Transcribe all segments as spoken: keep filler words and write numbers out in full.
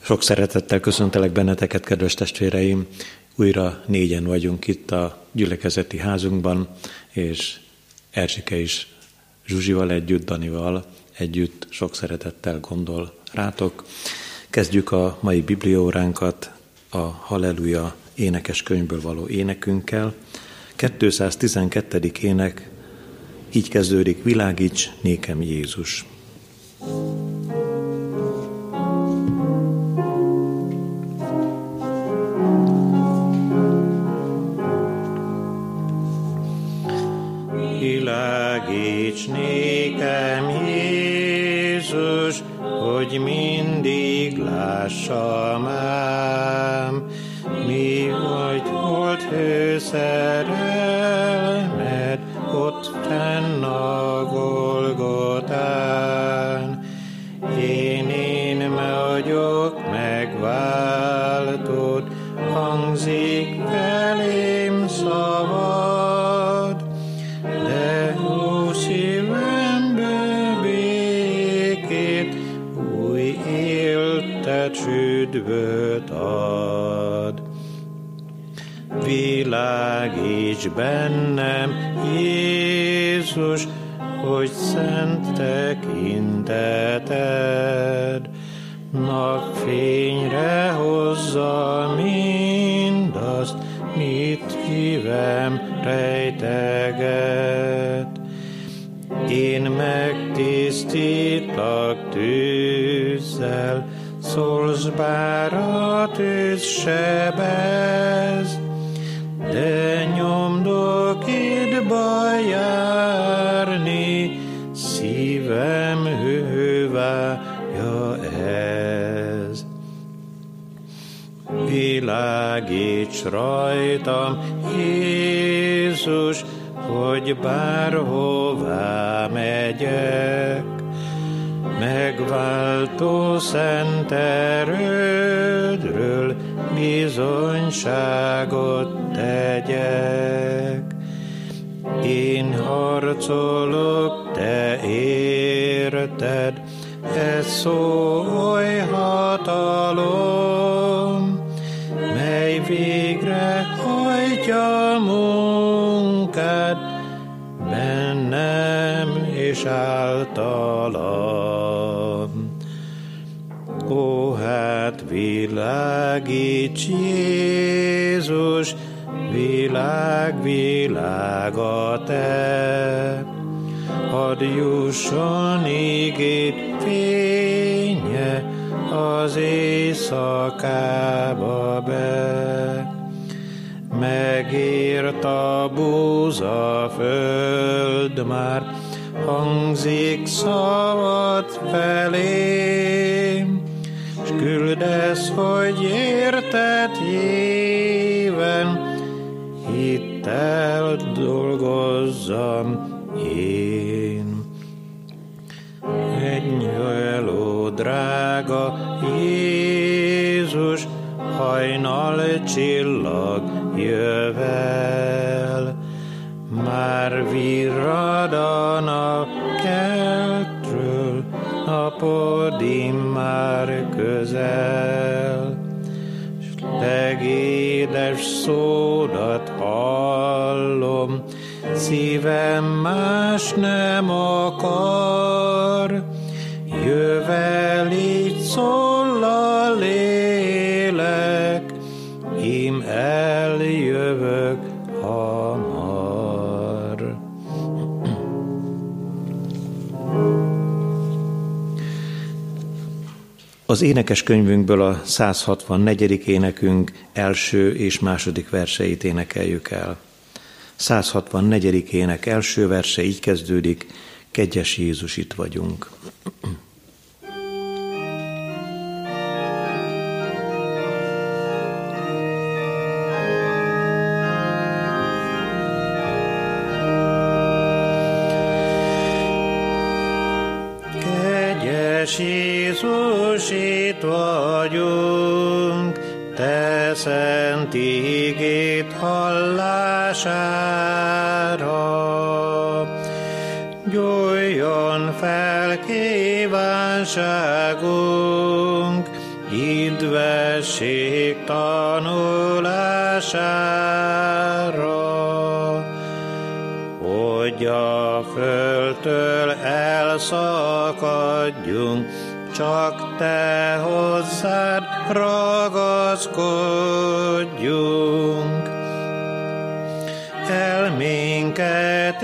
Sok szeretettel köszöntelek benneteket, kedves testvéreim! Újra négyen vagyunk itt a gyülekezeti házunkban, és Erzsike is Zsuzsival együtt, Danival együtt sok szeretettel gondol rátok. Kezdjük a mai bibliaóránkat a Halleluja énekes könyvből való énekünkkel. kétszáztizenkettedik ének, így kezdődik: világíts nékem Jézus. Világíts nékem Jézus, hogy mindig lássam ám, mi vagy volt hőszerelmed ott fenn a Golgotán. Én, én vagyok megváltott, hangzik felém szavad, de ó szívembe békét, új éltet, üdvöt ad. Világíts bennem, Jézus, hogy szent tekinteted napfényre hozza mindazt, mit szívem rejteget. Én megtisztítlak tűzzel, szólsz bár a tűz sebez, de nyomdokidba járni, szívem hővágya ez. Világíts rajtam, Jézus, hogy bárhová megyek, megváltó szent erődről bizonyságot tegyek. Én harcolok, te érted, ez szó oly hatalom, mely végre hajtja munkát bennem és általam. Ó, hát világíts Jézus, világ, világa te, hadd jusson igét fénye az éjszakába be. Megért a búza föld már, hangzik szavad felém, s küldesz, hogy érted híven, hittel dolgozzam én. Menj ó, drága Jézus, hajnal csillag jövel, már virrad a napkeltről, napod immár közel. S legédes szódat hallom, szívem más nem akar, jövel, így szól a lélek, ím eljövök hamar. Az énekes könyvünkből a száz hatvannégy. énekünk első és második verseit énekeljük el. száz hatvannégy. ének első verse így kezdődik: kegyes Jézus, itt vagyunk. Kegyes Jézus, itt vagyunk, te szent igéd hallására. Gyújjon fel kívánságunk, hidd üdvesség tanulására, hogy a földtől elszakadjunk, csak te hozzád ragaszkodjunk. Elménket,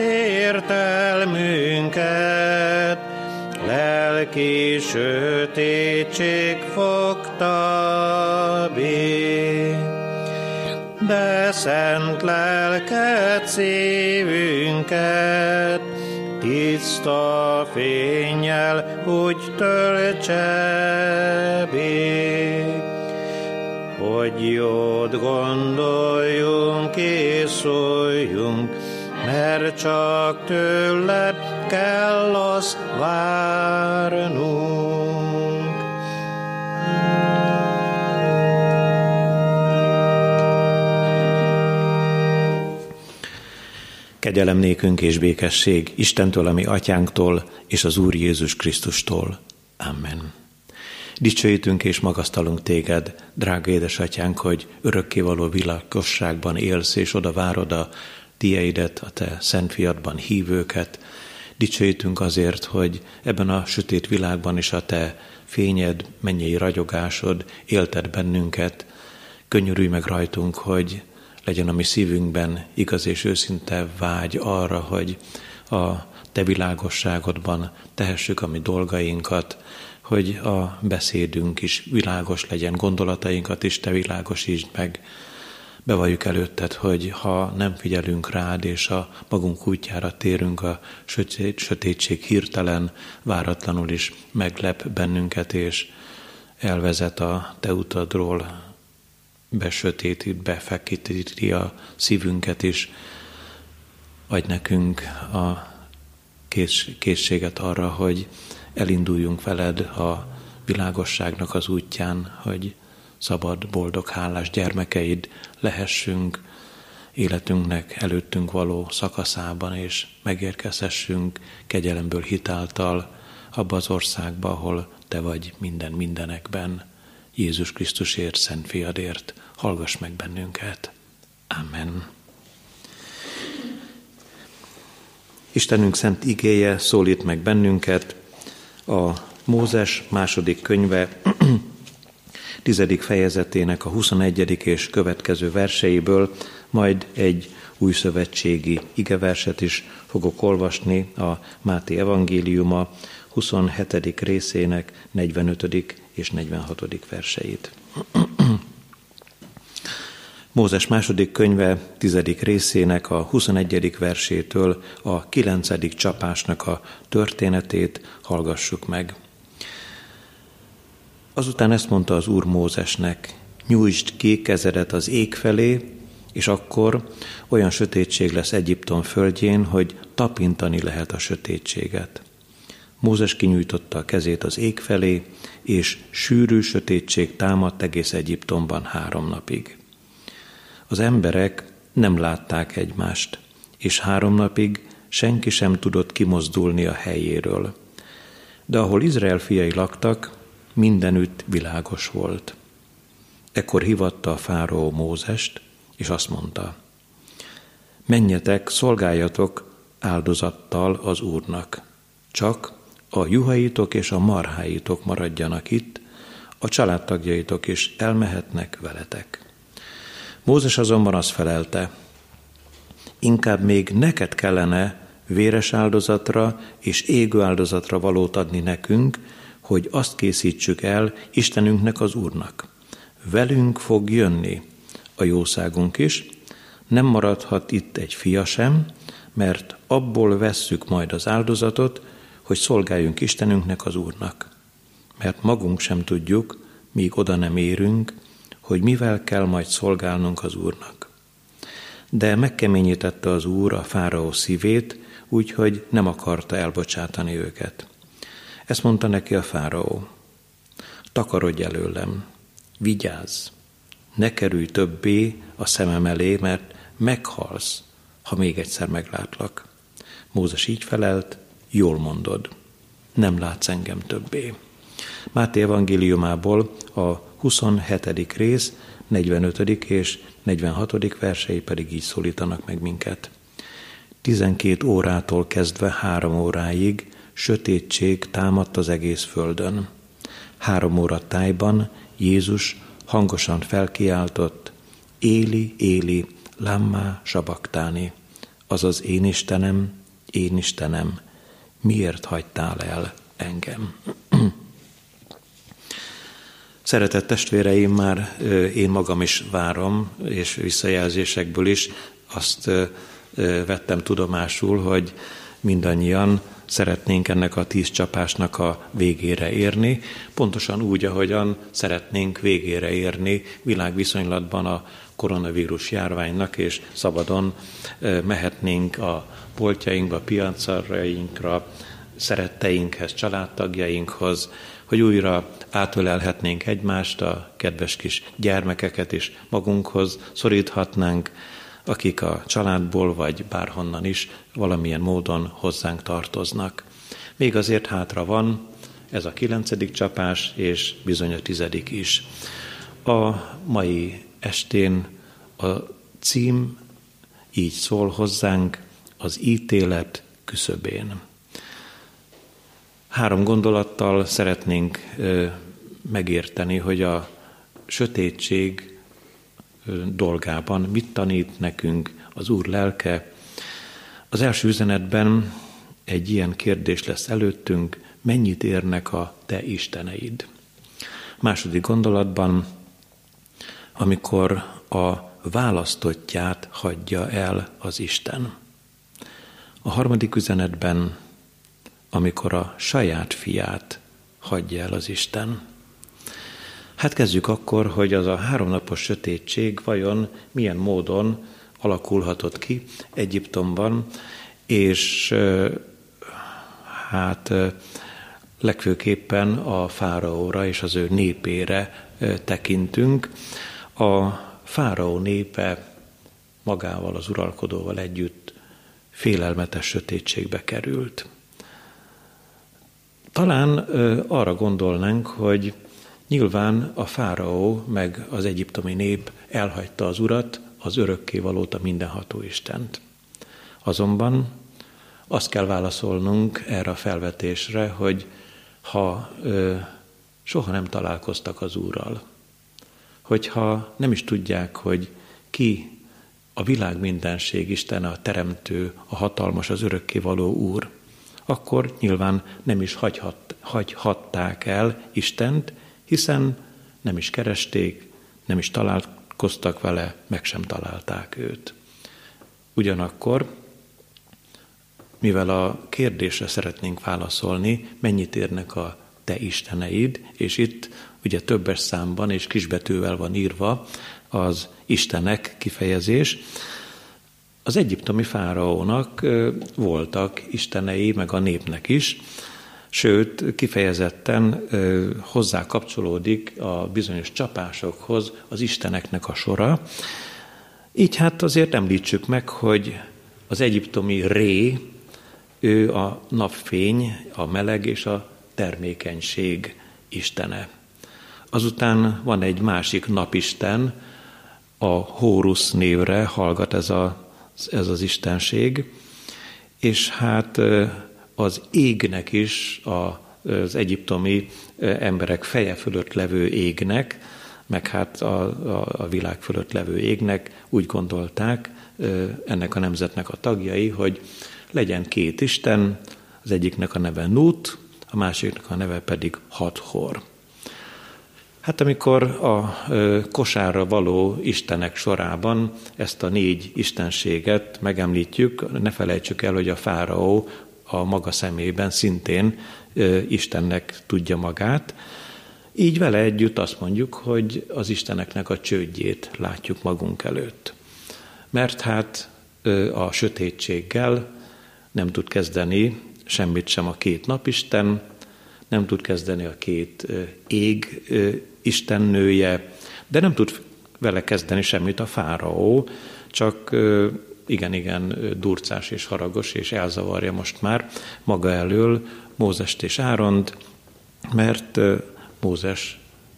értelmünket, lelki sötétség fogta bé. De szent lelked szívünket tiszta fénnyel úgy töltse bé, hogy jót gondoljunk és szóljunk, mert csak tőled kell azt várnunk. Kegyelem nékünk és békesség Istentől, a mi atyánktól, és az Úr Jézus Krisztustól. Amen. Dicsőítünk és magasztalunk téged, drága édesatyánk, hogy örökkévaló világosságban élsz, és oda várod a tieidet, a te szent fiadban hívőket. Dicsőítünk azért, hogy ebben a sötét világban is a te fényed, mennyei ragyogásod éltet bennünket. Könyörülj meg rajtunk, hogy legyen a mi szívünkben igaz és őszinte vágy arra, hogy a te világosságodban tehessük a mi dolgainkat, hogy a beszédünk is világos legyen, gondolatainkat is te világosítsd meg. Bevalljuk előtted, hogy ha nem figyelünk rád, és a magunk útjára térünk, a sötét, sötétség hirtelen, váratlanul is meglep bennünket, és elvezet a te utadról, besötétít, befekíti a szívünket is. Adj nekünk a kész, készséget arra, hogy elinduljunk veled a világosságnak az útján, hogy szabad, boldog, hálás gyermekeid lehessünk életünknek előttünk való szakaszában, és megérkezhessünk kegyelemből hitáltal abba az országba, ahol te vagy minden mindenekben. Jézus Krisztusért, Szent Fiadért, hallgass meg bennünket. Amen. Istenünk szent igéje szólít meg bennünket a Mózes második könyve tizedik fejezetének a huszonegyedik és következő verseiből, majd egy újszövetségi igeverset is fogok olvasni, a Máté evangéliuma huszonhetedik részének negyvenötödik és negyvenhatodik verseit. Mózes második könyve tizedik részének a huszonegyedik versétől a kilencedik csapásnak a történetét hallgassuk meg. Azután ezt mondta az Úr Mózesnek: nyújtsd ki kezedet az ég felé, és akkor olyan sötétség lesz Egyiptom földjén, hogy tapintani lehet a sötétséget. Mózes kinyújtotta a kezét az ég felé, és sűrű sötétség támadt egész Egyiptomban három napig. Az emberek nem látták egymást, és három napig senki sem tudott kimozdulni a helyéről. De ahol Izrael fiai laktak, mindenütt világos volt. Ekkor hívatta a fáraó Mózest, és azt mondta: menjetek, szolgáljatok áldozattal az Úrnak. Csak a juhaitok és a marháitok maradjanak itt, a családtagjaitok is elmehetnek veletek. Mózes azonban azt felelte: inkább még neked kellene véres áldozatra és égő áldozatra valót adni nekünk, hogy azt készítsük el Istenünknek, az Úrnak. Velünk fog jönni a jószágunk is, nem maradhat itt egy fia sem, mert abból vesszük majd az áldozatot, hogy szolgáljunk Istenünknek, az Úrnak. Mert magunk sem tudjuk, míg oda nem érünk, hogy mivel kell majd szolgálnunk az Úrnak. De megkeményítette az Úr a fáraó szívét, úgyhogy nem akarta elbocsátani őket. Ezt mondta neki a fáraó: takarodj előlem, vigyázz, ne kerülj többé a szemem elé, mert meghalsz, ha még egyszer meglátlak. Mózes így felelt: jól mondod, nem látsz engem többé. Máté evangéliumából a huszonhetedik rész, negyvenötödik és negyvenhatodik versei pedig így szólítanak meg minket. Tizenkét órától kezdve három óráig sötétség támadt az egész földön. Három óra tájban Jézus hangosan felkiáltott: Éli, Éli, lamma sabaktáni, azaz én Istenem, én Istenem, miért hagytál el engem? Szeretett testvéreim, már én magam is várom, és visszajelzésekből is azt vettem tudomásul, hogy mindannyian szeretnénk ennek a tíz csapásnak a végére érni, pontosan úgy, ahogyan szeretnénk végére érni világviszonylatban a koronavírus járványnak, és szabadon mehetnénk a boltjainkba, piacainkra, szeretteinkhez, családtagjainkhoz, hogy újra átölelhetnénk egymást, a kedves kis gyermekeket is magunkhoz szoríthatnánk, akik a családból vagy bárhonnan is valamilyen módon hozzánk tartoznak. Még azért hátra van ez a kilencedik csapás, és bizony a tizedik is. A mai estén a cím így szól hozzánk: az ítélet küszöbén. Három gondolattal szeretnénk megérteni, hogy a sötétség dolgában mit tanít nekünk az Úr lelke. Az első üzenetben egy ilyen kérdés lesz előttünk: mennyit érnek a te isteneid? A második gondolatban, amikor a választottját hagyja el az Isten. A harmadik üzenetben, amikor a saját fiát hagyja el az Isten. Hát kezdjük akkor, hogy az a háromnapos sötétség vajon milyen módon alakulhatott ki Egyiptomban, és hát legfőképpen a fáraóra és az ő népére tekintünk. A fáraó népe magával, az uralkodóval együtt félelmetes sötétségbe került. Talán arra gondolnánk, hogy nyilván a fáraó meg az egyiptomi nép elhagyta az Urat, az örökkévalót, a mindenható Istent. Azonban azt kell válaszolnunk erre a felvetésre, hogy ha ö, soha nem találkoztak az Úrral, hogyha nem is tudják, hogy ki a világ mindenség Istene, a teremtő, a hatalmas, az örökkévaló Úr, akkor nyilván nem is hagyhat, hagyhatták el Istent, hiszen nem is keresték, nem is találkoztak vele, meg sem találták őt. Ugyanakkor, mivel a kérdésre szeretnénk válaszolni, mennyit érnek a te isteneid, és itt ugye többes számban és kisbetűvel van írva az istenek kifejezés. Az egyiptomi fáraónak voltak istenei, meg a népnek is, sőt, kifejezetten hozzá kapcsolódik a bizonyos csapásokhoz az isteneknek a sora. Így hát azért említsük meg, hogy az egyiptomi Ré, ő a napfény, a meleg és a termékenység istene. Azután van egy másik napisten, a Hórusz névre hallgat ez, a, ez az istenség, és hát az égnek is, az egyiptomi emberek feje fölött levő égnek, meg hát a, a, a világ fölött levő égnek úgy gondolták ennek a nemzetnek a tagjai, hogy legyen két isten, az egyiknek a neve Nut, a másiknak a neve pedig Hathor. Hát amikor a kosárra való istenek sorában ezt a négy istenséget megemlítjük, ne felejtsük el, hogy a fáraó a maga szemében szintén Istennek tudja magát. Így vele együtt azt mondjuk, hogy az isteneknek a csődjét látjuk magunk előtt. Mert hát a sötétséggel nem tud kezdeni semmit sem a két napisten, nem tud kezdeni a két ég istennője, de nem tud vele kezdeni semmit a fáraó, csak igen-igen durcás és haragos, és elzavarja most már maga elől Mózest és Áront, mert Mózes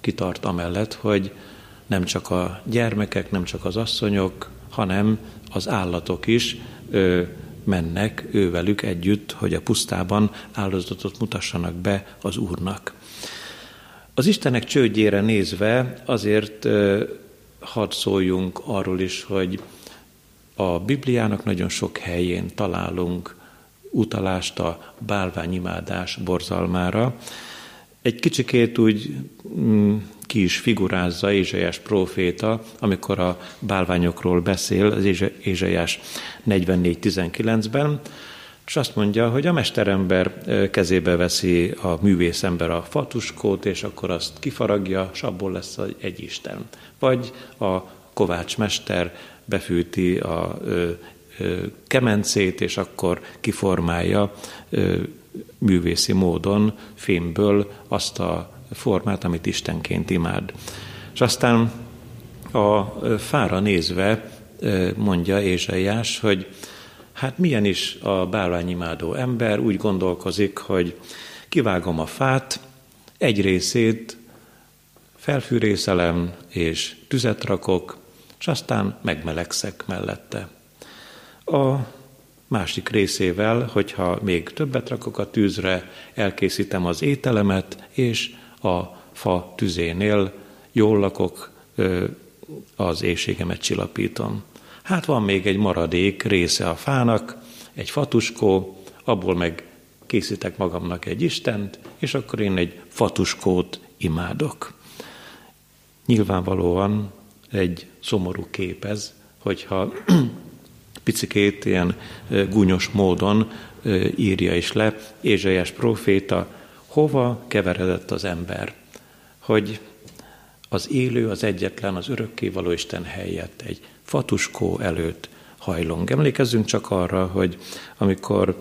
kitart amellett, hogy nem csak a gyermekek, nem csak az asszonyok, hanem az állatok is ö, mennek ővelük együtt, hogy a pusztában áldozatot mutassanak be az Úrnak. Az Istenek csődjére nézve azért ö, hadd szóljunk arról is, hogy a Bibliának nagyon sok helyén találunk utalást a bálványimádás borzalmára. Egy kicsikét úgy mm, ki is figurázza Ézsaiás próféta, amikor a bálványokról beszél az Ézsaiás negyvennégy tizenkilencben, és azt mondja, hogy a mesterember kezébe veszi a művészember a fatuskót, és akkor azt kifaragja, és abból lesz egy isten. Vagy a kovácsmester befűti a ö, ö, kemencét, és akkor kiformálja ö, művészi módon, fémből azt a formát, amit Istenként imád. És aztán a fára nézve mondja Ézsaiás, hogy hát milyen is a bálványimádó ember, úgy gondolkozik, hogy kivágom a fát, egy részét felfűrészelem és tüzet rakok, és aztán megmelegszek mellette. A másik részével, hogyha még többet rakok a tűzre, elkészítem az ételemet, és a fa tüzénél jól lakok, az éhségemet csillapítom. Hát van még egy maradék része a fának, egy fatuskó, abból meg készítek magamnak egy istent, és akkor én egy fatuskót imádok. Nyilvánvalóan egy szomorú kép ez, hogyha picikét ilyen gúnyos módon írja is le Ézsaiás próféta, hova keveredett az ember, hogy az élő, az egyetlen, az örökkévaló Isten helyett egy fatuskó előtt hajlong. Emlékezzünk csak arra, hogy amikor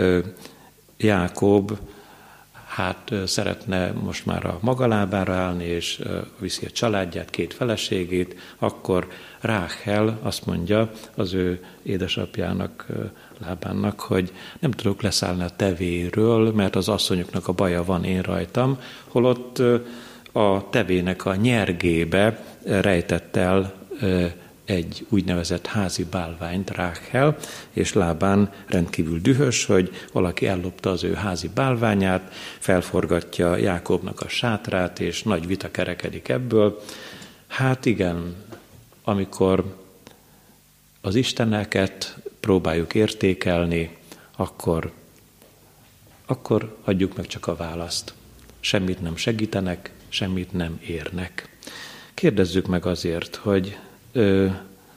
Jákob hát szeretne most már a maga lábára állni, és viszi a családját, két feleségét, akkor Ráhel azt mondja az ő édesapjának, Lábánnak, hogy nem tudok leszállni a tevéről, mert az asszonyoknak a baja van én rajtam, holott a tevének a nyergébe rejtett el egy úgynevezett házi bálványt Ráhel, és Lábán rendkívül dühös, hogy valaki ellopta az ő házi bálványát, felforgatja Jákobnak a sátrát, és nagy vita kerekedik ebből. Hát igen, amikor az isteneket próbáljuk értékelni, akkor, akkor adjuk meg csak a választ. Semmit nem segítenek, semmit nem érnek. Kérdezzük meg azért, hogy Ö,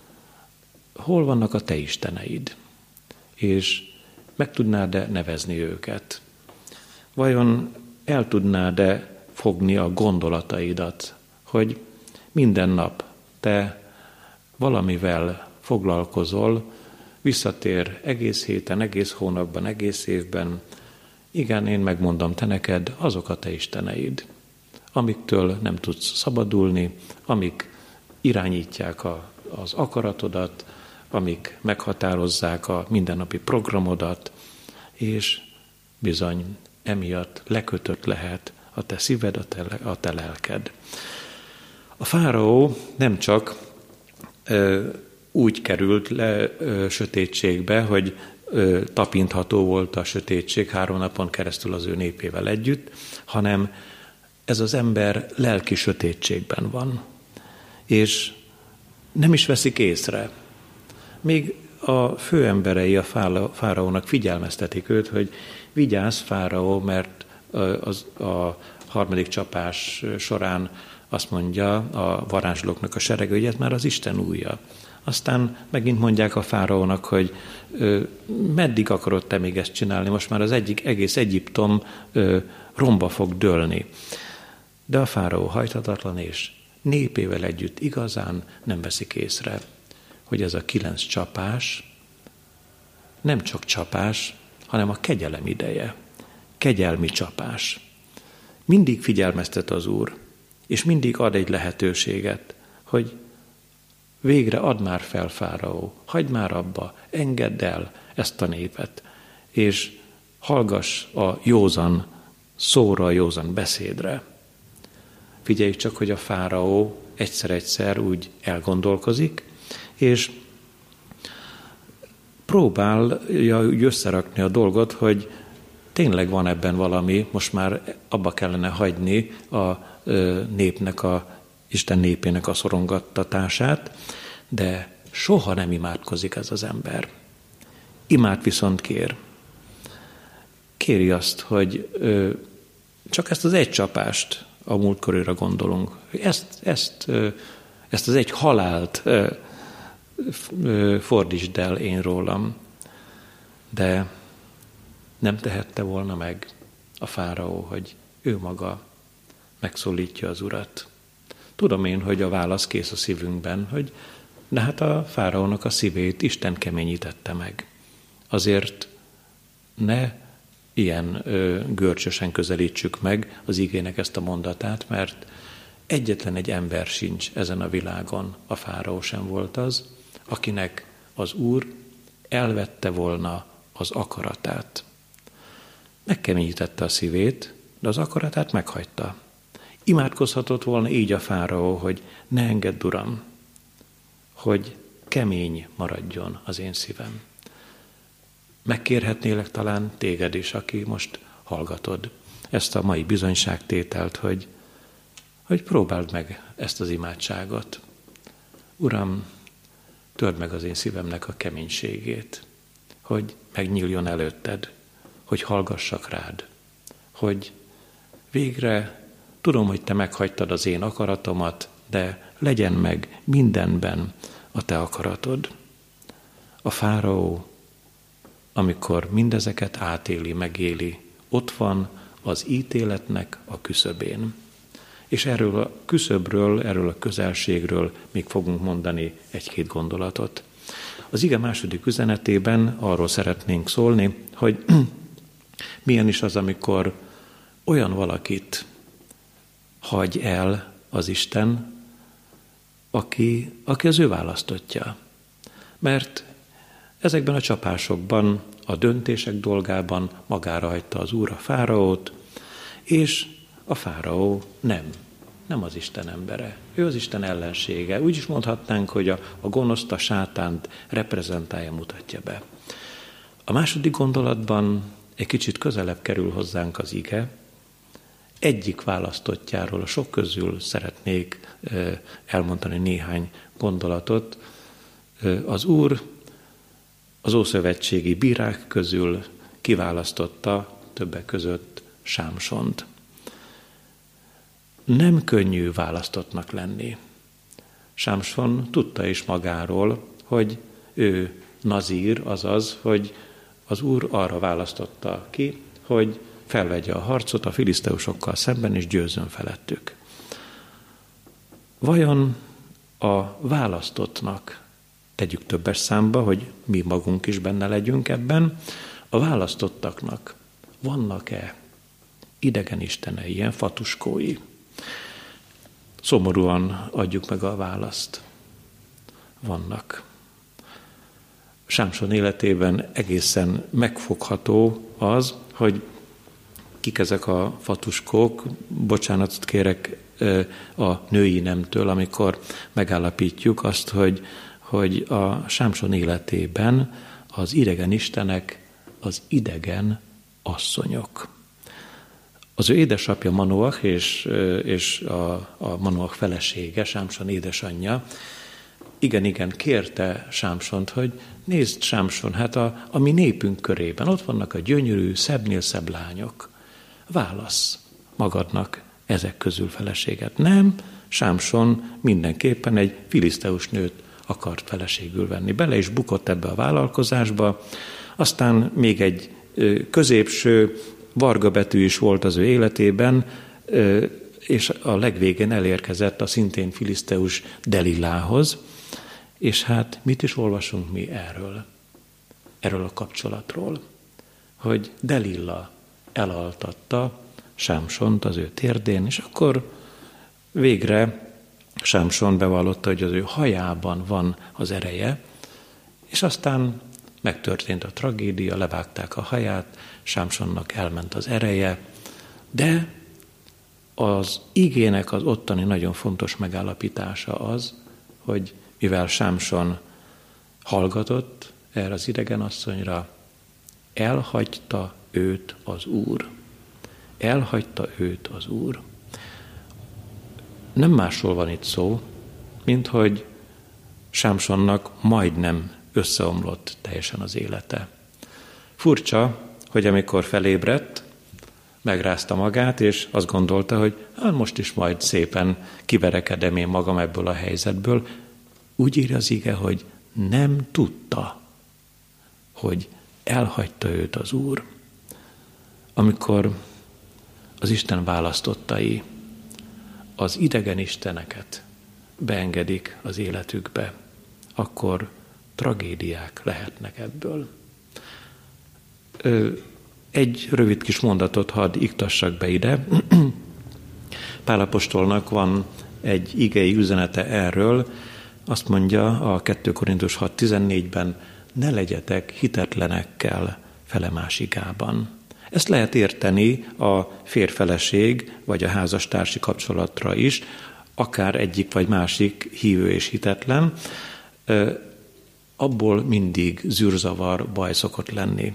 hol vannak a te isteneid, és meg tudnád-e nevezni őket? Vajon el tudnád-e fogni a gondolataidat, hogy minden nap te valamivel foglalkozol, visszatér egész héten, egész hónapban, egész évben, igen, én megmondom te neked, azok a te isteneid, amiktől nem tudsz szabadulni, amik irányítják a, az akaratodat, amik meghatározzák a mindennapi programodat, és bizony emiatt lekötött lehet a te szíved, a te, a te lelked. A fáraó nem csak ö, úgy került le ö, sötétségbe, hogy ö, tapintható volt a sötétség három napon keresztül az ő népével együtt, hanem ez az ember lelki sötétségben van, és nem is veszik észre. Még a főemberei a fáraónak figyelmeztetik őt, hogy vigyázz, fáraó, mert az, a harmadik csapás során azt mondja a varázslóknak a serege, hogy ez már az Isten ujja. Aztán megint mondják a fáraónak, hogy ö, meddig akarod te még ezt csinálni, most már az egyik egész Egyiptom ö, romba fog dőlni. De a fáraó hajthatatlan, és népével együtt igazán nem veszik észre, hogy ez a kilenc csapás nem csak csapás, hanem a kegyelem ideje. Kegyelmi csapás. Mindig figyelmeztet az Úr, és mindig ad egy lehetőséget, hogy végre add már fel, fáraó, hagyd már abba, engedd el ezt a népet, és hallgass a józan szóra, a józan beszédre. figyeljük csak, hogy a fáraó egyszer-egyszer úgy elgondolkozik, és próbálja úgy összerakni a dolgot, hogy tényleg van ebben valami, most már abba kellene hagyni a népnek, a Isten népének a szorongattatását, de soha nem imádkozik ez az ember. Imád viszont kér. Kéri azt, hogy csak ezt az egy csapást, a múltkorira gondolunk, ezt, ezt, ezt az egy halált fordítsd el én rólam. De nem tehette volna meg a fáraó, hogy ő maga megszólítja az urat. Tudom én, hogy a válasz kész a szívünkben, hogy de hát a fáraónak a szívét Isten keményítette meg. Azért ne ilyen ö, görcsösen közelítsük meg az igének ezt a mondatát, mert egyetlen egy ember sincs ezen a világon, a fáraó sem volt az, akinek az Úr elvette volna az akaratát. Megkeményítette a szívét, de az akaratát meghagyta. Imádkozhatott volna így a fáraó, hogy ne engedd, Uram, hogy kemény maradjon az én szívem. Megkérhetnélek talán téged is, aki most hallgatod ezt a mai bizonyságtételt, hogy, hogy próbáld meg ezt az imádságot. Uram, törd meg az én szívemnek a keménységét, hogy megnyíljon előtted, hogy hallgassak rád, hogy végre tudom, hogy te meghagytad az én akaratomat, de legyen meg mindenben a te akaratod. A fáraó, amikor mindezeket átéli, megéli, ott van az ítéletnek a küszöbén. És erről a küszöbről, erről a közelségről még fogunk mondani egy-két gondolatot. Az ige második üzenetében arról szeretnénk szólni, hogy milyen is az, amikor olyan valakit hagy el az Isten, aki, aki az ő választottja. Mert ezekben a csapásokban, a döntések dolgában magára hagyta az Úr a fáraót, és a fáraó nem, nem az Isten embere. Ő az Isten ellensége. Úgy is mondhatnánk, hogy a, a gonoszt, a sátánt reprezentálja, mutatja be. A második gondolatban egy kicsit közelebb kerül hozzánk az ige. Egyik választottjáról a sok közül szeretnék elmondani néhány gondolatot. Az Úr az ószövetségi bírák közül kiválasztotta többek között Sámsont. Nem könnyű választottnak lenni. Sámson tudta is magáról, hogy ő nazír, azaz, hogy az Úr arra választotta ki, hogy felvegye a harcot a filiszteusokkal szemben, és győzön felettük. Vajon a választottnak, tegyük többes számba, hogy mi magunk is benne legyünk ebben, a választottaknak vannak-e idegen istenei, ilyen fatuskói? Szomorúan adjuk meg a választ. Vannak. Sámson életében egészen megfogható az, hogy kik ezek a fatuskók, bocsánatot kérek a női nemtől, amikor megállapítjuk azt, hogy, hogy a Sámson életében az idegen istenek az idegen asszonyok. Az ő édesapja Manoach és, és a, a Manoach felesége, Sámson édesanyja, igen-igen kérte Sámsont, hogy nézd, Sámson, hát a, a mi népünk körében ott vannak a gyönyörű, szebbnél szebb lányok. Válasz magadnak ezek közül feleséget. Nem, Sámson mindenképpen egy filiszteus nőt akart feleségül venni. Bele is bukott ebbe a vállalkozásba, aztán még egy középső varga betű is volt az ő életében, és a legvégén elérkezett a szintén filiszteus Delillához, és hát mit is olvasunk mi erről? Erről a kapcsolatról, hogy Delilla elaltatta Sámsont az ő térdén, és akkor végre Sámson bevallotta, hogy az ő hajában van az ereje, és aztán megtörtént a tragédia, levágták a haját, Sámsonnak elment az ereje, de az igének az ottani nagyon fontos megállapítása az, hogy mivel Sámson hallgatott erre az idegen asszonyra, elhagyta őt az Úr. Elhagyta őt az Úr. Nem másról van itt szó, mint hogy Sámsonnak majdnem összeomlott teljesen az élete. Furcsa, hogy amikor felébredt, megrázta magát, és azt gondolta, hogy hát most is majd szépen kiverekedem én magam ebből a helyzetből. Úgy írja az ige, hogy nem tudta, hogy elhagyta őt az Úr. Amikor az Isten választottai az idegen isteneket beengedik az életükbe, akkor tragédiák lehetnek ebből. Egy rövid kis mondatot hadd iktassak be ide. Pál apostolnak van egy igei üzenete erről, azt mondja a kettő Korintus hat tizennégyben, ne legyetek hitetlenekkel felemás igában. Ezt lehet érteni a férfeleség vagy a házastársi kapcsolatra is, akár egyik vagy másik hívő és hitetlen, abból mindig zűrzavar, baj szokott lenni.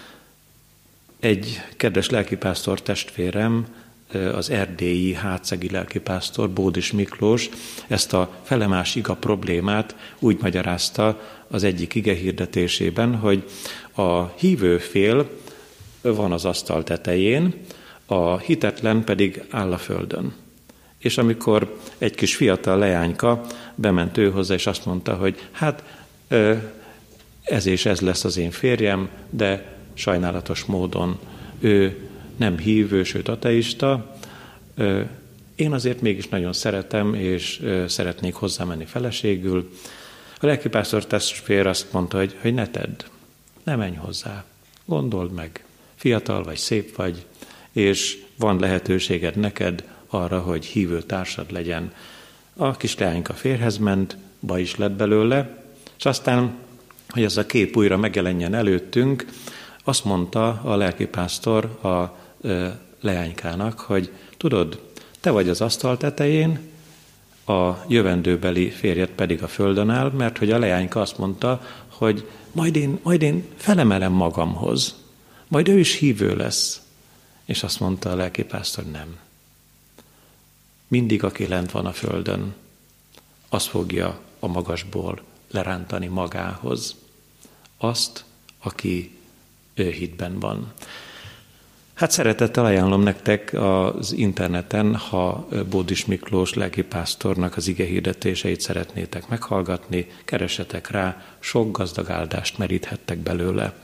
Egy kedves lelkipásztor testvérem, az erdélyi hátszegi lelkipásztor, Bódis Miklós ezt a felemás iga problémát úgy magyarázta az egyik ige hirdetésében, hogy a hívő fél van az asztal tetején, a hitetlen pedig áll a földön. És amikor egy kis fiatal leányka bement ő hozzá, és azt mondta, hogy hát ez és ez lesz az én férjem, de sajnálatos módon ő nem hívő, sőt ateista. Én azért mégis nagyon szeretem, és szeretnék hozzá menni feleségül. A lelkipásztor testvér azt mondta, hogy, hogy ne tedd, ne menj hozzá, gondold meg, fiatal vagy, szép vagy, és van lehetőséged neked arra, hogy hívő társad legyen. A kis leányka férjhez ment, baj is lett belőle, és aztán, hogy ez a kép újra megjelenjen előttünk, azt mondta a lelkipásztor a leánykának, hogy tudod, te vagy az asztal tetején, a jövendőbeli férjed pedig a földön áll, mert hogy a leányka azt mondta, hogy majd én, majd én felemelem magamhoz, majd ő is hívő lesz. És azt mondta a lelkipásztor, nem. Mindig, aki lent van a földön, az fogja a magasból lerántani magához azt, aki ő hitben van. Hát szeretettel ajánlom nektek az interneten, ha Bódis Miklós lelkipásztornak az ige hirdetéseit szeretnétek meghallgatni, keresetek rá, sok gazdag áldást meríthettek belőle.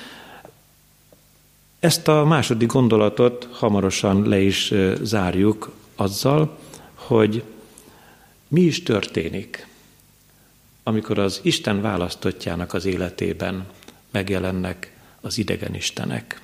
Ezt a második gondolatot hamarosan le is zárjuk azzal, hogy mi is történik, amikor az Isten választottjának az életében megjelennek az idegen istenek.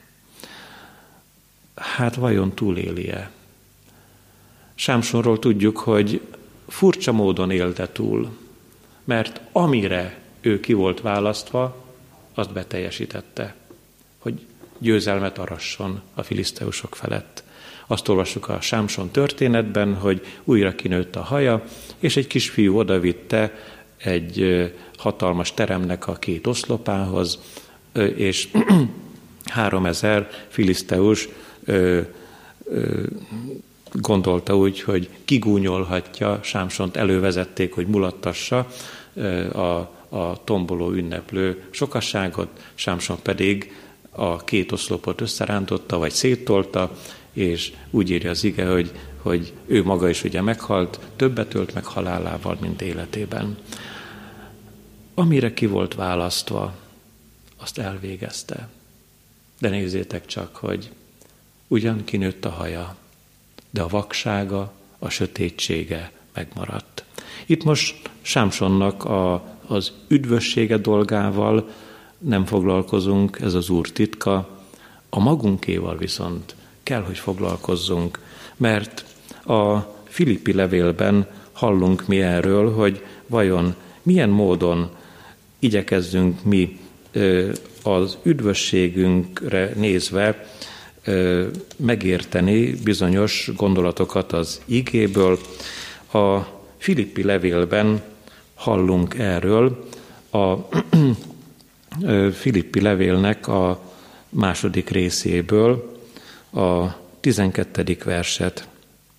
Hát vajon túléli-e? Sámsonról tudjuk, hogy furcsa módon élte túl, mert amire ő ki volt választva, azt beteljesítette, hogy győzelmet arasson a filiszteusok felett. Azt olvassuk a Sámson történetben, hogy újra kinőtt a haja, és egy kisfiú odavitte egy hatalmas teremnek a két oszlopához, és háromezer filiszteus ö, ö, gondolta úgy, hogy kigúnyolhatja, Sámsont elővezették, hogy mulattassa ö, a, a tomboló ünneplő sokasságot, Sámson pedig a két oszlopot összerántotta, vagy széttolta, és úgy írja az ige, hogy, hogy ő maga is ugye meghalt, többet ölt meg halálával, mint életében. Amire ki volt választva, azt elvégezte. De nézzétek csak, hogy ugyan kinőtt a haja, de a vaksága, a sötétsége megmaradt. Itt most Sámsonnak a, az üdvössége dolgával nem foglalkozunk, ez az Úr titka, a magunkéval viszont kell, hogy foglalkozzunk, mert a Filippi levélben hallunk mi erről, hogy vajon milyen módon igyekezzünk mi az üdvösségünkre nézve megérteni bizonyos gondolatokat az igéből. A Filippi levélben hallunk erről, a Filippi levélnek a második részéből a tizenkettedik verset.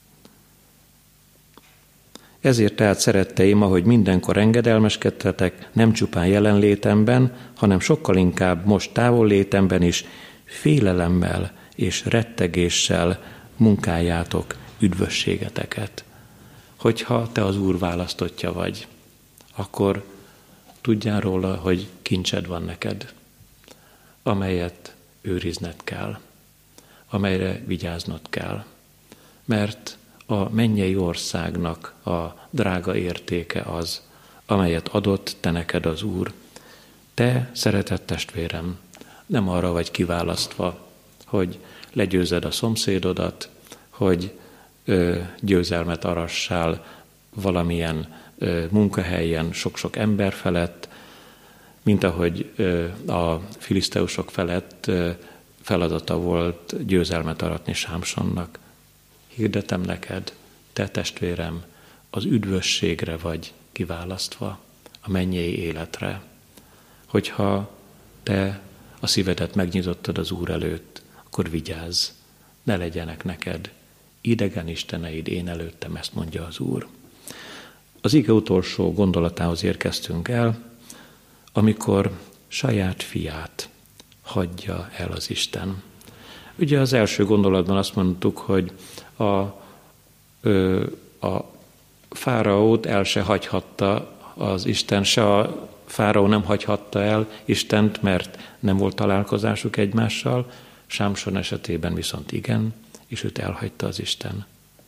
Ezért tehát szeretteim, ahogy mindenkor engedelmeskedtetek, nem csupán jelenlétemben, hanem sokkal inkább most távollétemben is félelemmel és rettegéssel munkáljátok üdvösségeteket. Hogyha te az Úr választottja vagy, akkor tudjál róla, hogy kincsed van neked, amelyet őrizned kell, amelyre vigyáznod kell, mert a mennyei országnak a drága értéke az, amelyet adott te neked az Úr. Te, szeretett testvérem, nem arra vagy kiválasztva, hogy legyőzed a szomszédodat, hogy ö, győzelmet arassál valamilyen ö, munkahelyen sok-sok ember felett, mint ahogy ö, a filiszteusok felett ö, feladata volt győzelmet aratni Sámsonnak. Hirdetem neked, te testvérem, az üdvösségre vagy kiválasztva, a mennyei életre. Hogyha te a szívedet megnyitottad az Úr előtt, akkor vigyázz, ne legyenek neked idegen isteneid én előttem, ezt mondja az Úr. Az ige utolsó gondolatához érkeztünk el, amikor saját fiát hagyja el az Isten. Ugye az első gondolatban azt mondtuk, hogy a, ö, a fáraót el se hagyhatta az Isten, se a fáraó nem hagyhatta el Istent, mert nem volt találkozásuk egymással, Sámson esetében viszont igen, és őt elhagyta az Isten.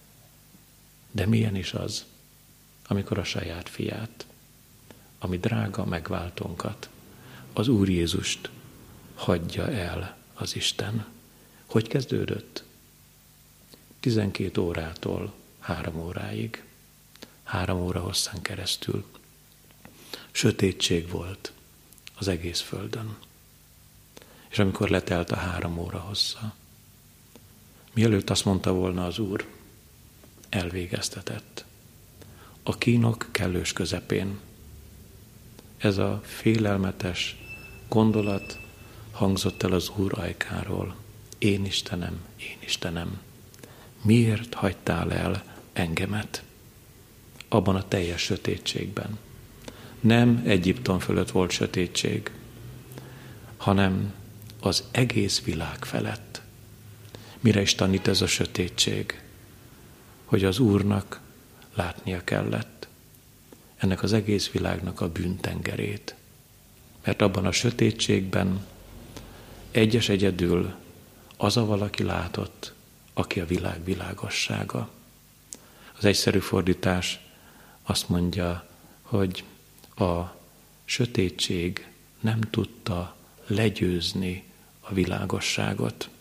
De milyen is az, amikor a saját fiát, ami drága megváltónkat, az Úr Jézust hagyja el az Isten. Hogy kezdődött? tizenkét órától három óráig. Három óra hosszán keresztül. Sötétség volt az egész földön. És amikor letelt a három óra hossza, mielőtt azt mondta volna az Úr, elvégeztetett. A kínok kellős közepén ez a félelmetes gondolat hangzott el az Úr ajkáról. Én Istenem, én Istenem, miért hagytál el engemet abban a teljes sötétségben? Nem Egyiptom fölött volt sötétség, hanem az egész világ felett. Mire is tanít ez a sötétség? Hogy az Úrnak látnia kellett ennek az egész világnak a bűntengerét. Mert abban a sötétségben egyes egyedül az a valaki látott, aki a világ világossága. Az egyszerű fordítás azt mondja, hogy a sötétség nem tudta legyőzni a világosságot.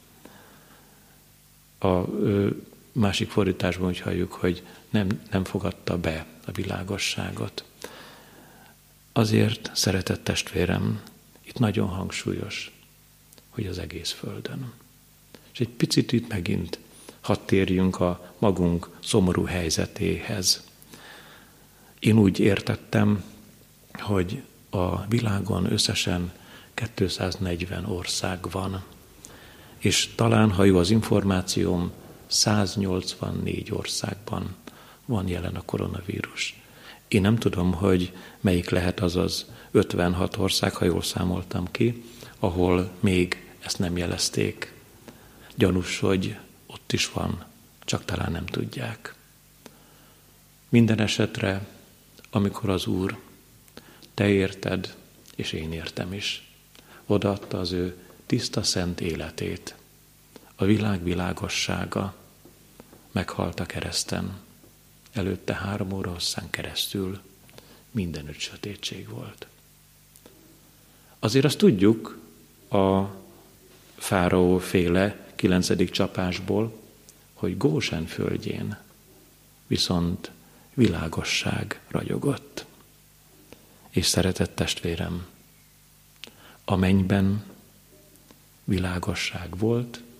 A ö, másik fordításban úgy halljuk, hogy nem, nem fogadta be a világosságot. Azért, szeretett testvérem, itt nagyon hangsúlyos, hogy az egész földön. És egy picit itt megint hadd térjünk a magunk szomorú helyzetéhez. Én úgy értettem, hogy a világon összesen kétszáznegyven ország van, és talán, ha jó az információm, száznyolcvannégy országban van jelen a koronavírus. Én nem tudom, hogy melyik lehet az az ötvenhat ország, ha jól számoltam ki, ahol még ezt nem jelezték. Gyanús, hogy ott is van, csak talán nem tudják. Minden esetre, amikor az Úr, te érted, és én értem is, odaadta az ő tiszta szent életét, a világ világossága meghalt a kereszten. Előtte három óra hosszán keresztül mindenütt sötétség volt. Azért azt tudjuk a fáraó féle kilencedik csapásból, hogy Gósen földjén viszont világosság ragyogott. És szeretett testvérem, a mennyben világosság volt,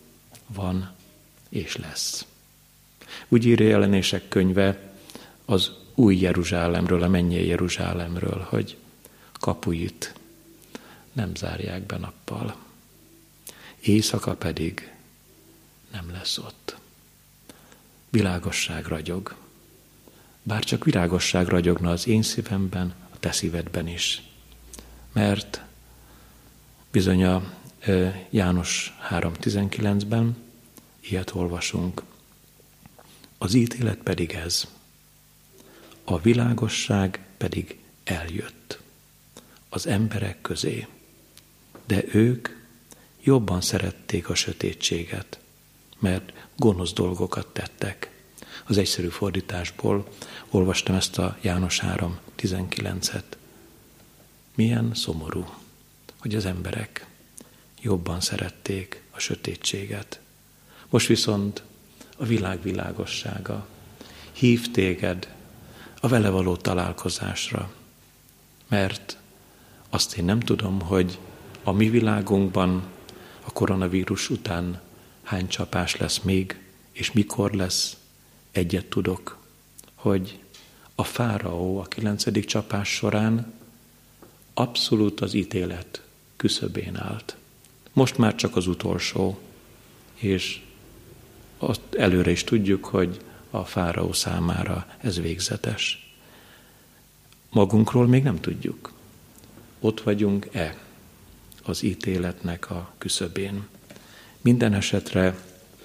van és lesz. Úgy írja Jelenések könyve az új Jeruzsálemről, a mennyei Jeruzsálemről, hogy kapuit nem zárják be nappal. Éjszaka pedig nem lesz ott. Világosság ragyog. Bár csak világosság ragyogna az én szívemben, a te szívedben is. Mert bizony a János három tizenkilencben ilyet olvasunk. Az ítélet pedig ez. A világosság pedig eljött az emberek közé, de ők jobban szerették a sötétséget, mert gonosz dolgokat tettek. Az egyszerű fordításból olvastam ezt a János három tizenkilencet. Milyen szomorú, hogy az emberek jobban szerették a sötétséget. Most viszont a világ világossága hív téged a vele való találkozásra, mert azt én nem tudom, hogy a mi világunkban a koronavírus után hány csapás lesz még, és mikor lesz. Egyet tudok, hogy a fáraó a kilencedik csapás során abszolút az ítélet küszöbén állt. Most már csak az utolsó, és azt előre is tudjuk, hogy a fáraó számára ez végzetes. Magunkról még nem tudjuk. Ott vagyunk-e az ítéletnek a küszöbén? Minden esetre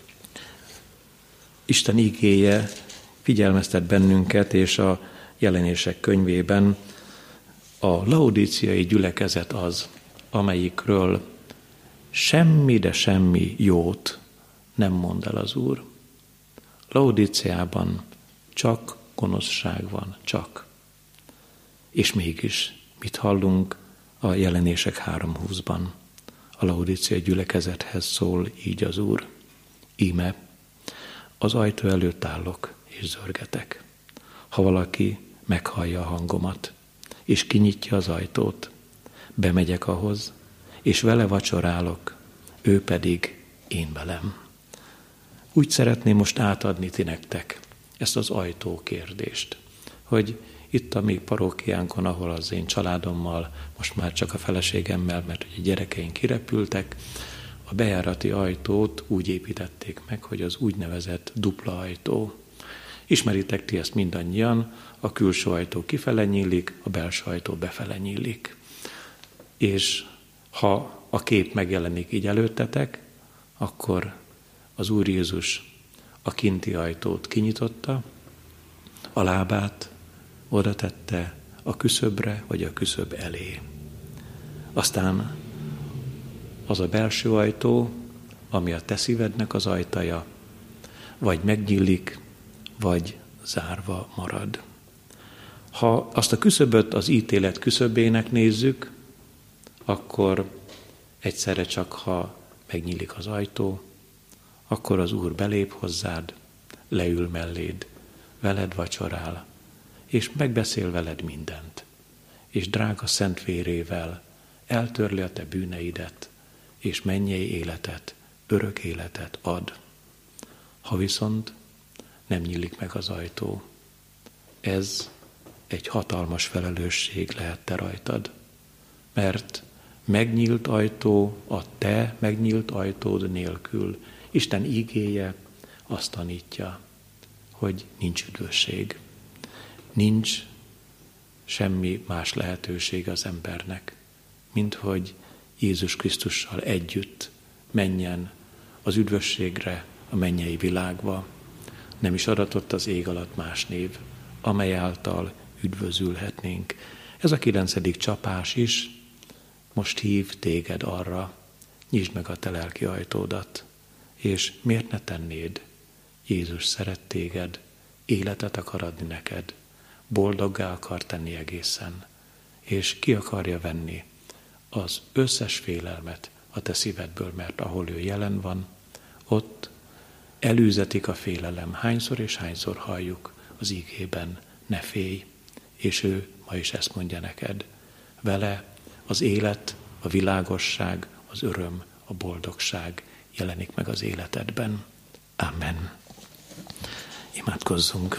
Isten igéje figyelmeztet bennünket, és a Jelenések könyvében a laodíciai gyülekezet az, amelyikről semmi, de semmi jót nem mond el az Úr. Laodíciában csak gonoszság van, csak. És mégis mit hallunk a Jelenések három húszban? A laodíciai gyülekezethez szól így az Úr. Íme, az ajtó előtt állok és zörgetek. Ha valaki meghallja a hangomat, és kinyitja az ajtót, bemegyek ahhoz, és vele vacsorálok, ő pedig én velem. Úgy szeretném most átadni ti nektek ezt az ajtó kérdést, hogy itt a mi parókiánkon, ahol az én családommal, most már csak a feleségemmel, mert ugye gyerekeink kirepültek, a bejárati ajtót úgy építették meg, hogy az úgynevezett dupla ajtó. Ismeritek ti ezt mindannyian, a külső ajtó kifele nyílik, a belső ajtó befele nyílik. És ha a kép megjelenik így előttetek, akkor az Úr Jézus a kinti ajtót kinyitotta, a lábát oda tette a küszöbre, vagy a küszöb elé. Aztán az a belső ajtó, ami a te szívednek az ajtaja, vagy megnyílik, vagy zárva marad. Ha azt a küszöböt az ítélet küszöbének nézzük, akkor egyszerre csak, ha megnyílik az ajtó, akkor az Úr belép hozzád, leül melléd, veled vacsorál, és megbeszél veled mindent, és drága szent vérével eltörli a te bűneidet, és mennyei életet, örök életet ad. Ha viszont nem nyílik meg az ajtó, ez egy hatalmas felelősség lehet te rajtad, mert megnyílt ajtó a te megnyílt ajtód nélkül. Isten igéje azt tanítja, hogy nincs üdvösség. Nincs semmi más lehetőség az embernek, mint hogy Jézus Krisztussal együtt menjen az üdvösségre, a mennyei világba. Nem is adatott az ég alatt más név, amely által üdvözülhetnénk. Ez a kilencedik csapás is most hív téged arra, nyisd meg a te lelki ajtódat, és miért ne tennéd? Jézus szeret téged, életet akar adni neked, boldoggá akar tenni egészen, és ki akarja venni az összes félelmet a te szívedből, mert ahol ő jelen van, ott elűzetik a félelem. Hányszor és hányszor halljuk az igében, ne félj, és ő ma is ezt mondja neked. Vele az élet, a világosság, az öröm, a boldogság jelenik meg az életedben. Amen. Imádkozzunk.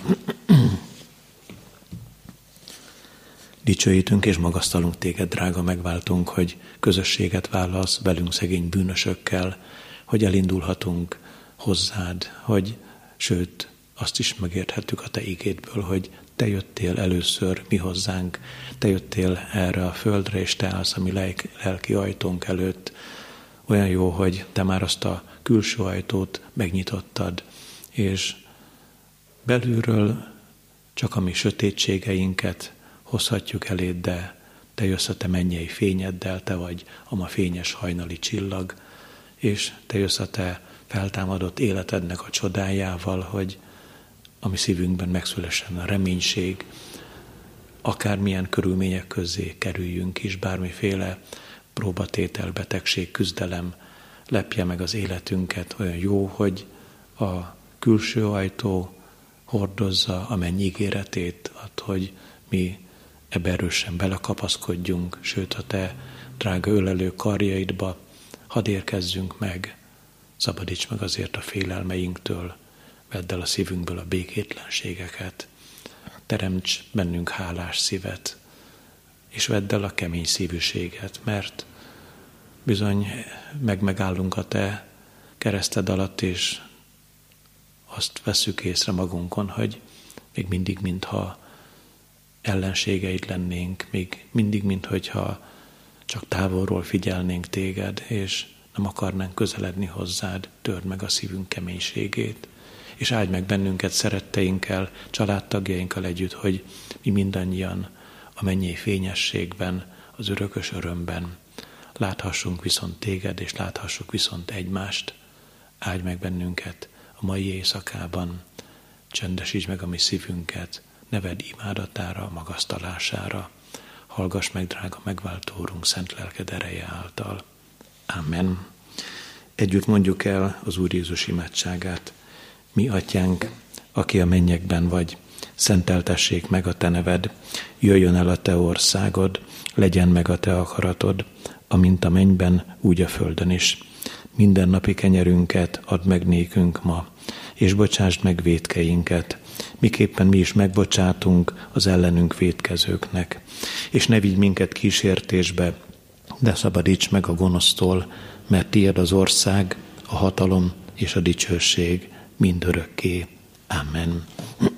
Dicsőítünk és magasztalunk téged, drága megváltunk, hogy közösséget vállalsz velünk szegény bűnösökkel, hogy elindulhatunk hozzád, hogy sőt, azt is megérthettük a te ígédből, hogy te jöttél először mi hozzánk, te jöttél erre a földre, és te állsz a mi lelki ajtónk előtt. Olyan jó, hogy te már azt a külső ajtót megnyitottad, és belülről csak a mi sötétségeinket hozhatjuk eléd, de te jössz a te mennyei fényeddel, te vagy a ma fényes hajnali csillag, és te jössz a te feltámadott életednek a csodájával, hogy a mi szívünkben megszülessen a reménység, akármilyen körülmények közé kerüljünk is, bármiféle próbatétel, betegség, küzdelem lepje meg az életünket. Olyan jó, hogy a külső ajtó hordozza a menny ígéretét, hogy mi ebbe erősen belekapaszkodjunk, sőt a te drága ölelő karjaidba hadd érkezzünk meg, szabadíts meg azért a félelmeinktől, vedd el a szívünkből a békétlenségeket, teremts bennünk hálás szívet, és vedd el a kemény szívűséget, mert bizony meg-megállunk a te kereszted alatt, és azt vesszük észre magunkon, hogy még mindig, mintha ellenségeid lennénk, még mindig, minthogyha csak távolról figyelnénk téged, és nem akarnánk közeledni hozzád, törd meg a szívünk keménységét, és áldj meg bennünket szeretteinkkel, családtagjainkkal együtt, hogy mi mindannyian a mennyei fényességben, az örökös örömben láthassunk viszont téged, és láthassuk viszont egymást. Áldj meg bennünket a mai éjszakában, csendesítsd meg a mi szívünket, neved imádatára, magasztalására. Hallgass meg, drága megváltó Úrunk, szent lelked ereje által. Amen. Együtt mondjuk el az Úr Jézus imádságát. Mi atyánk, aki a mennyekben vagy, szenteltessék meg a te neved, jöjjön el a te országod, legyen meg a te akaratod, amint a mennyben, úgy a földön is. Minden napi kenyerünket add meg nékünk ma, és bocsásd meg vétkeinket, miképpen mi is megbocsátunk az ellenünk vétkezőknek. És ne vigy minket kísértésbe, de szabadíts meg a gonosztól, mert tiéd az ország, a hatalom és a dicsőség mindörökké. Amen.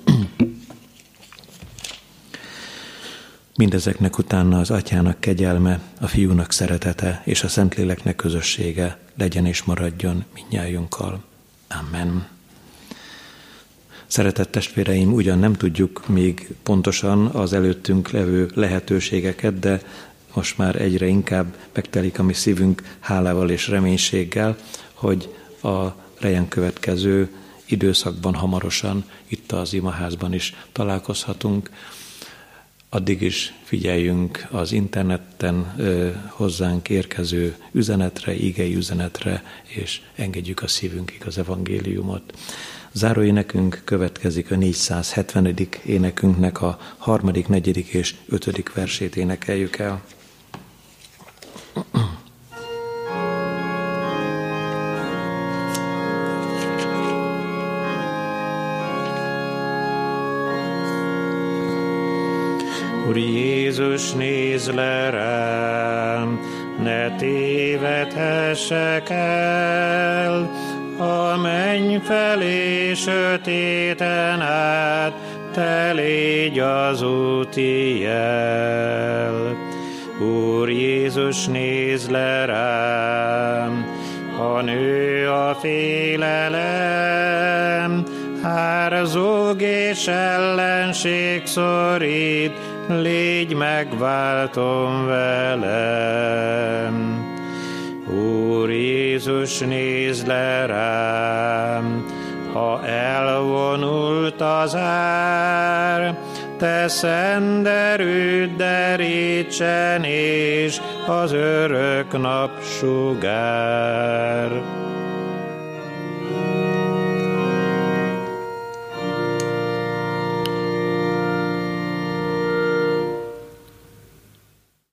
Mindezeknek utána az Atyának kegyelme, a Fiúnak szeretete és a Szentléleknek közössége legyen és maradjon mindnyájunkkal. Amen. Szeretett testvéreim, ugyan nem tudjuk még pontosan az előttünk levő lehetőségeket, de most már egyre inkább megtelik a mi szívünk hálával és reménységgel, hogy a rejen következő időszakban hamarosan itt az imaházban is találkozhatunk. Addig is figyeljünk az interneten ö, hozzánk érkező üzenetre, igei üzenetre, és engedjük a szívünkig az evangéliumot. Záró énekünk következik, a négyszázhetvenedik énekünknek a harmadik, negyedik és ötödik versét énekeljük el. Úr Jézus, nézz le rám, ne tévedhessek el, a menny felé sötéten át, te légy az úti jel. Úr Jézus, nézz le rám, ha nő a félelem, hárzóg és ellenség szorít, légy megváltom velem. Úr Jézus, nézz le rám, ha elvonult az ár, te szent erőd derítsen, és az örök napsugár.